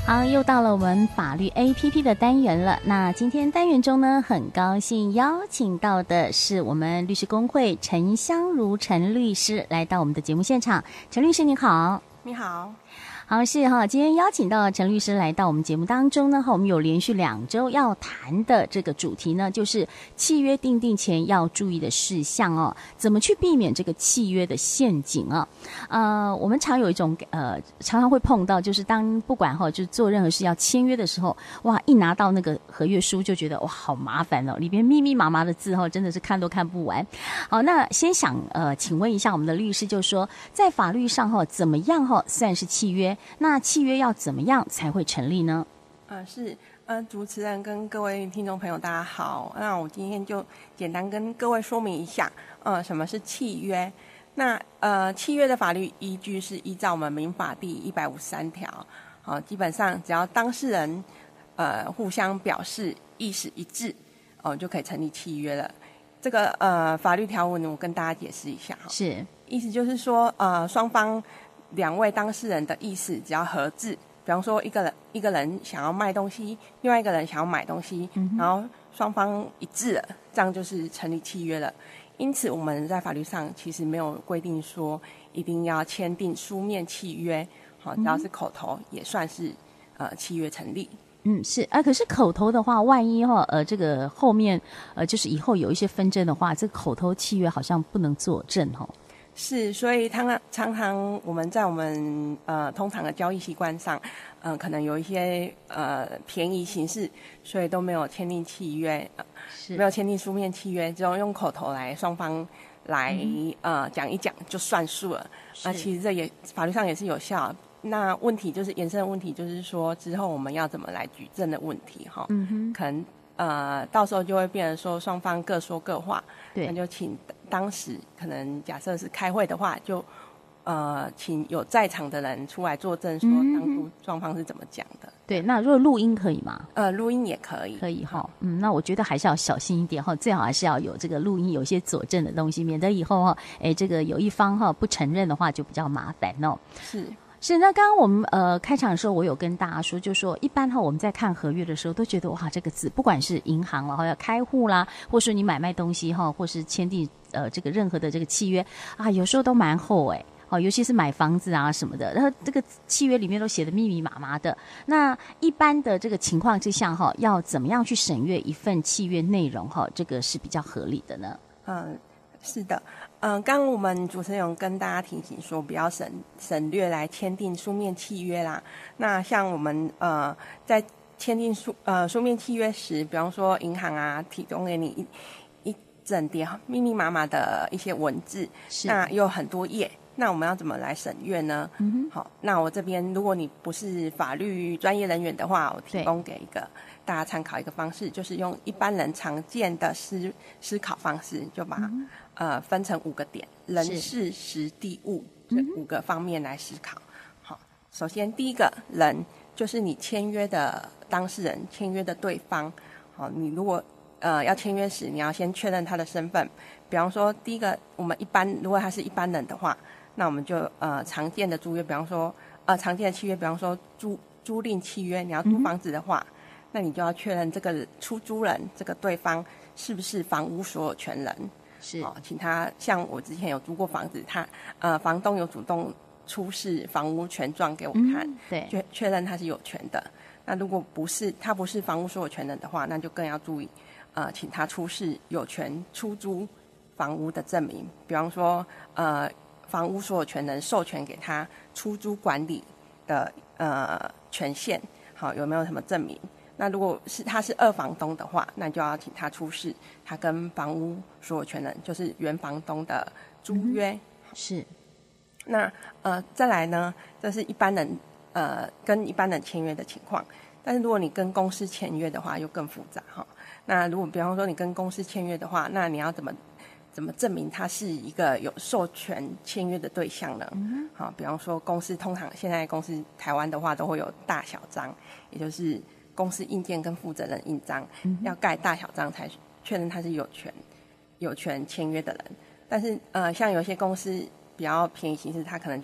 好，又到了我们法律 APP 的单元了。那今天单元中呢，很高兴邀请到的是我们律师公会陈香如陈律师来到我们的节目现场。陈律师您好。 你好。 好，是哈，今天邀请到陈律师来到我们节目当中呢，我们有连续2周要谈的这个主题呢，就是契约订定前要注意的事项哦，怎么去避免这个契约的陷阱啊？我们常有一种常常会碰到，就是当不管就是做任何事要签约的时候，哇，一拿到那个合约书就觉得哇好麻烦哦，里边密密麻麻的字真的是看都看不完。好，那先想请问一下我们的律师，就是说在法律上怎么样算是契约？那契约要怎么样才会成立呢？ 主持人跟各位听众朋友大家好，那我今天就简单跟各位说明一下什么是契约。那契约的法律依据是依照我们民法第153条，基本上只要当事人互相表示意思一致就可以成立契约了。这个法律条文我跟大家解释一下。 是， 意思就是说双方2位当事人的意思只要合致，比方说一个人想要卖东西，另外一个人想要买东西，然后双方一致了，这样就是成立契约了。因此我们在法律上其实没有规定说一定要签订书面契约，只要是口头也算是契约成立。 是可是口头的话，万一这个后面就是以后有一些纷争的话，这个口头契约好像不能作证是，所以常常我们在我们通常的交易习惯上，可能有一些便宜行事，所以都没有签订契约，没有签订书面契约，只有用口头来双方来讲一讲就算数了。其实这也法律上也是有效。那问题就是衍生的问题，就是说之后我们要怎么来举证的问题哈。可能到时候就会变成说双方各说各话，对，那就请当时可能假设是开会的话，就请有在场的人出来作证，说当初双方是怎么讲的。 对，那如果录音可以吗？ 录音也可以， 可以哈。那我觉得还是要小心一点哈，最好还是要有这个录音，有一些佐证的东西，免得以后这个有一方不承认的话就比较麻烦哦。是，那刚刚我们开场的时候，我有跟大家说，就说一般我们在看合约的时候，都觉得哇，这个字不管是银行了要开户啦，或是你买卖东西或是签订这个任何的这个契约啊，有时候都蛮厚尤其是买房子啊什么的，然后这个契约里面都写的密密麻麻的。那一般的这个情况之下要怎么样去审阅一份契约内容这个是比较合理的呢？ 是的。刚刚我们主持人有跟大家提醒说不要省略来签订书面契约啦。那像我们在签订书面契约时，比方说银行啊提供给你一整叠密密麻麻的一些文字，那有很多页，那我们要怎么来审阅呢？好，那我这边如果你不是法律专业人员的话，我提供给一个大家参考一个方式，就是用一般人常见的思考方式，就把分成5个点，人事时地物这5个方面来思考。好，首先第一个人就是你签约的当事人，签约的对方。好，你如果要签约时，你要先确认他的身份。比方说第一个，我们如果他是一般人的话，那我们就常见的租约，比方说常见的契约，比方说租赁契约，你要租房子的话，那你就要确认这个出租人这个对方是不是房屋所有权人。是，请他，像我之前有租过房子，他房东有主动出示房屋权状给我看，对，确认他是有权的。那如果他不是房屋所有权人的话，那就更要注意，请他出示有权出租房屋的证明，比方说房屋所有权人授权给他出租管理的权限，好，有没有什么证明？那如果他是2房东的话，那就要请他出示他跟房屋所有权人，就是原房东的租约。是。那再来呢，这是一般人跟一般人签约的情况。但是如果你跟公司签约的话，又更复杂哈。那如果比方说你跟公司签约的话，那你要怎么证明他是一个有授权签约的对象呢？好，比方说公司通常现在公司台湾的话都会有大小章，也就是公司印鉴跟负责人印章，要盖大小章才确认他是有权签约的人。但是像有些公司比较便宜形式，他可能就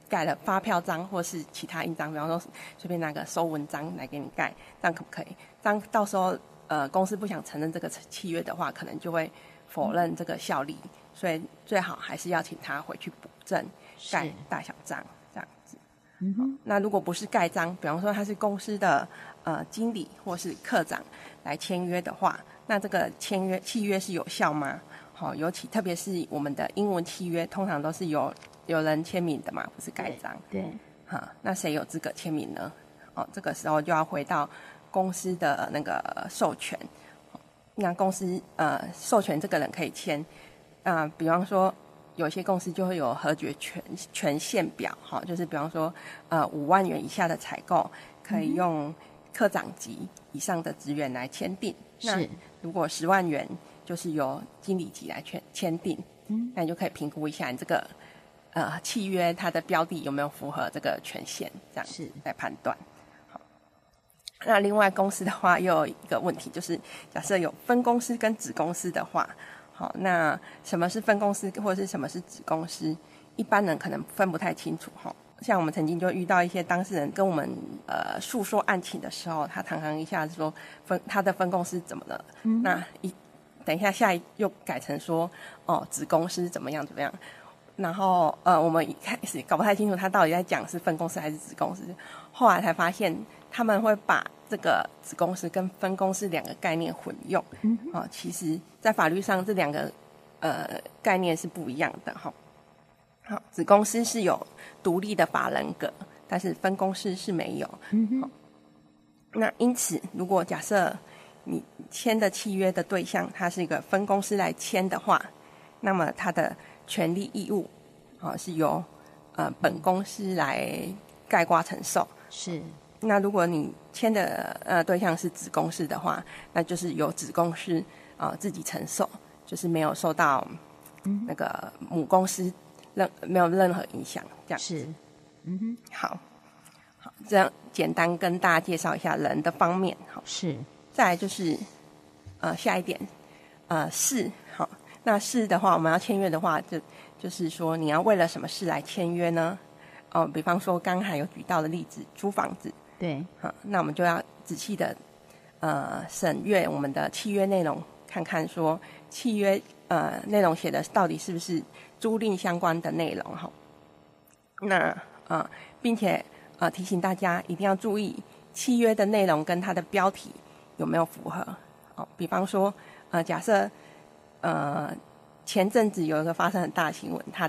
盖了发票章或是其他印章，比方说随便拿个收文章来给你盖，这样可不可以？这样到时候公司不想承认这个契约的话，可能就会否认这个效力，所以最好还是要请他回去补正盖大小章这样子。那如果不是盖章，比方说他是公司的经理或是科长来签约的话，那这个契约是有效吗？尤其特别是我们的英文契约，通常都是有人签名的嘛，不是盖章。 对。 那谁有资格签名呢？这个时候就要回到公司的那个授权。那公司授权这个人可以签，比方说有些公司就会有核决权限表，就是比方说5万元以下的采购可以用科长级以上的职员来签订。那如果10万元就是由经理级来签订，那你就可以评估一下你这个契约它的标的有没有符合这个权限，这样子来判断。好，那另外公司的话又有一个问题，就是假设有分公司跟子公司的话，好，那什么是分公司或者是什么是子公司，一般人可能分不太清楚哈。像我们曾经就遇到一些当事人跟我们诉说案情的时候，他常常一下子说他的分公司怎么了，那等一下又改成说子公司怎么样，然后我们一开始搞不太清楚他到底在讲是分公司还是子公司，后来才发现他们会把这个子公司跟分公司两个概念混用，其实在法律上这两个概念是不一样的哈。好，子公司是有独立的法人格，但是分公司是没有。那因此，如果假设你签的契约的对象它是一个分公司来签的话，那么它的权利义务是由本公司来概括承受。 是。 那如果你签的对象是子公司的话，那就是由子公司自己承受，就是没有受到那个母公司没有任何影响，这样是。 好，这样简单跟大家介绍一下人的方面。好， 是。 再来就是下一点事。好，那事的话，我们要签约的话，就是说你要为了什么事来签约呢？比方说刚才有举到的例子，租房子。 对。 好，那我们就要仔细的审阅我们的契约内容，看看说契约内容写的到底是不是租赁相关的内容哈。那并且提醒大家一定要注意契约的内容跟它的标题有没有符合。比方说假设前阵子有一个发生很大的新闻，它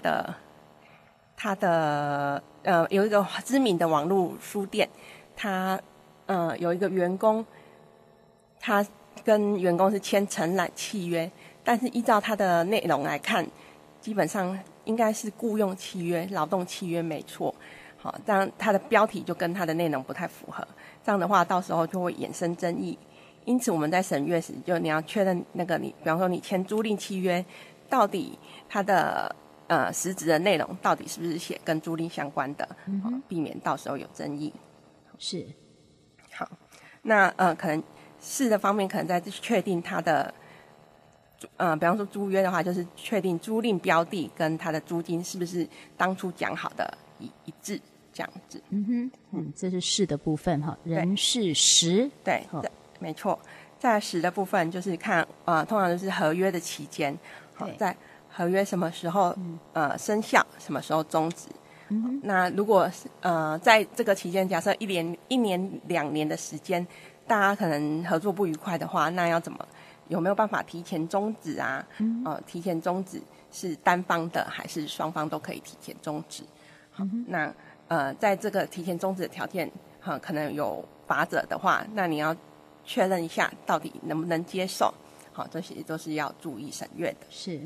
的有一个知名的网络书店，他有一个员工，他跟员工是签承揽契约，但是依照他的内容来看，基本上应该是雇用契约、劳动契约没错。好，这样他的标题就跟他的内容不太符合，这样的话到时候就会衍生争议。因此我们在审阅时，就你要确认那个比方说你签租赁契约，到底它的实质的内容到底是不是写跟租赁相关的，避免到时候有争议。 是。 好，那可能事的方面，可能在确定它的比方说租约的话，就是确定租赁标的跟它的租金是不是当初讲好的一致，这样子。 这是事的部分哈，人事时。 对，没错。在时的部分就是看通常就是合约的期间，在合约什么时候生效，什么时候终止。那如果在这个期间，假设1年2年的时间，大家可能合作不愉快的话，那要有没有办法提前终止啊？提前终止是单方的还是双方都可以提前终止？那在这个提前终止的条件可能有法则的话，那你要确认一下到底能不能接受。好，这些都是要注意审阅的。 是。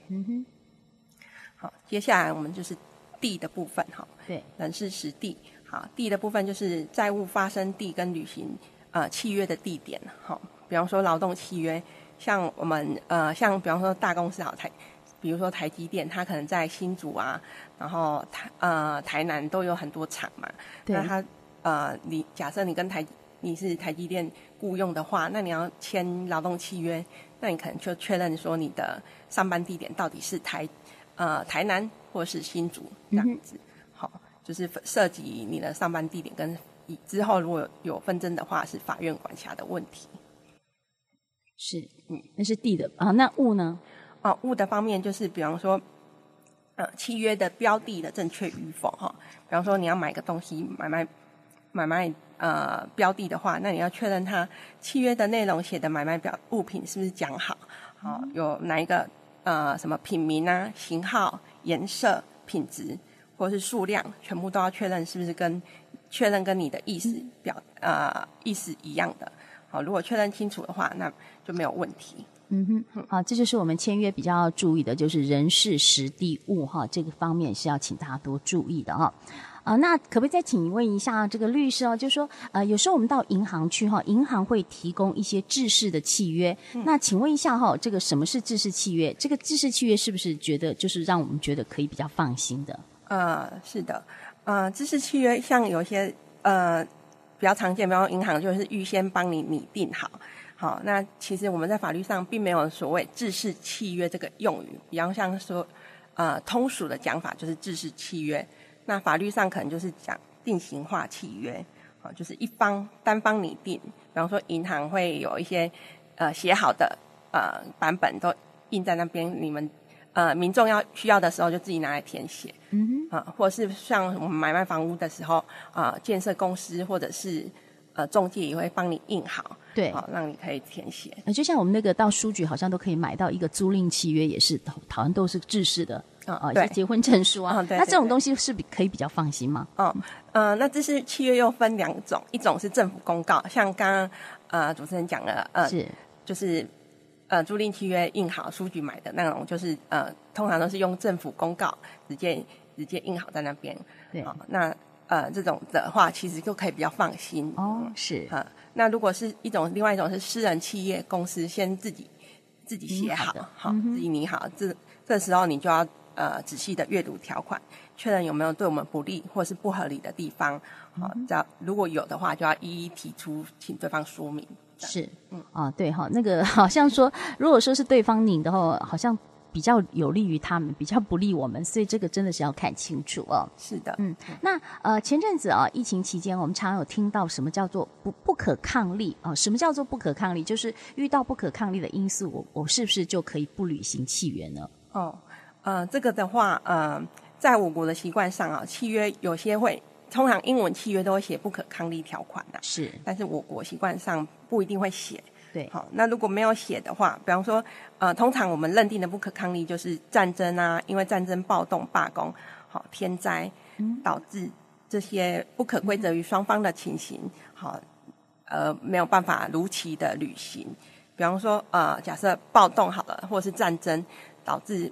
好，接下来我们就是地的部分哈。 对， 人事时地。好，地的部分就是债务发生地跟履行契约的地点。好，比方说劳动契约，像我们像比方说大公司比如说台积电，它可能在新竹啊，然后台南都有很多厂嘛。那它你假设你是台积电雇用的话，那你要签劳动契约，那你可能就确认说你的上班地点到底是台南或是新竹这样子。好， 就是涉及你的上班地点跟之后如果有纷争的话，是法院管辖的问题。 是，那是地的啊。那物呢？ 物的方面就是比方说，契约的标的的正确与否哈。比方说你要买个东西，买卖标的的话，那你要确认它契约的内容写的买卖物品是不是讲好，有哪一个什么品名啊、型号、颜色、品质或是数量，全部都要确认是不是确认跟你的意思意思一样的。好，如果确认清楚的话，那就没有问题。 好，这就是我们签约比较要注意的，就是人事时地物哈，这个方面是要请大家多注意的哈。那可不可以再请问一下这个律师就是说有时候我们到银行去银行会提供一些制式的契约，那请问一下这个什么是制式契约？这个制式契约是不是觉得就是让我们觉得可以比较放心的？ 是的，制式契约像有些比较常见，比方说银行就是预先帮你拟定好，那其实我们在法律上并没有所谓制式契约这个用语，比方像说通俗的讲法就是制式契约，那法律上可能就是讲定型化契约，就是单方拟定，比方说银行会有一些写好的版本都印在那边，你们民众需要的时候就自己拿来填写，或是像我们买卖房屋的时候建设公司或者是中介也会帮你印好， 对， 让你可以填写。 就像我们那个到书局好像都可以买到一个租赁契约，也是好像都是制式的一些结婚证书啊。 对， 那这种东西是可以比较放心吗？ 那制式契约又分两种，一种是政府公告，像刚刚主持人讲的就是租赁契约印好书局买的那种，就是通常都是用政府公告直接印好在那边。 对， 那这种的话其实就可以比较放心。 是。 那如果是另外一种是私人企业公司先自己写好，自己拟好，这时候你就要仔细的阅读条款，确认有没有对我们不利或是不合理的地方。如果有的话，就要一一提出，请对方说明。 是，对那个好像说，如果说是对方拧的话，好像比较有利于他们，比较不利我们，所以这个真的是要看清楚哦。 是的， 那前阵子疫情期间，我们常有听到什么叫做不可抗力什么叫做不可抗力？就是遇到不可抗力的因素，我是不是就可以不履行契约呢？ 这个的话，在我国的习惯上契约有些通常英文契约都会写不可抗力条款是， 但是我国习惯上不一定会写。 对， 那如果没有写的话，比方说，通常我们认定的不可抗力就是战争啊，因为战争暴动、罢工，天灾导致这些不可归责于双方的情形，没有办法如期的履行。比方说，假设暴动好了，或者是战争导致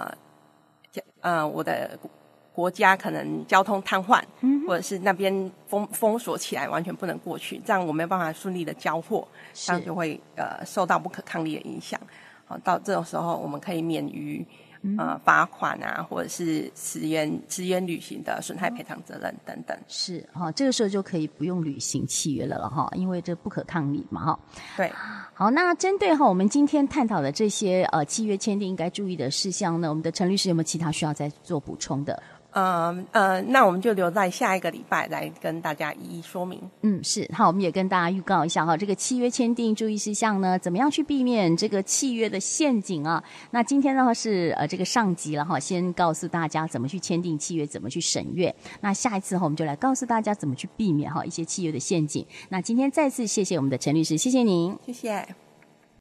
我的国家可能交通瘫痪，或者是那边封锁起来，完全不能过去，这样我没有办法顺利的交货，这样就会受到不可抗力的影响。到这种时候，我们可以免于罚款啊，或者是迟延履行的损害赔偿责任等等。 是这个时候就可以不用履行契约了因为这不可抗力嘛对。 好，那针对我们今天探讨的这些契约签订应该注意的事项呢，我们的陈律师有没有其他需要再做补充的？ 那我们就留在下一个礼拜来跟大家一一说明。 是。好，我们也跟大家预告一下这个契约签订注意事项呢，怎么样去避免这个契约的陷阱啊？那今天呢是这个上集了先告诉大家怎么去签订契约，怎么去审阅。那下一次我们就来告诉大家怎么去避免一些契约的陷阱。那今天再次谢谢我们的陈律师，谢谢您， 谢谢。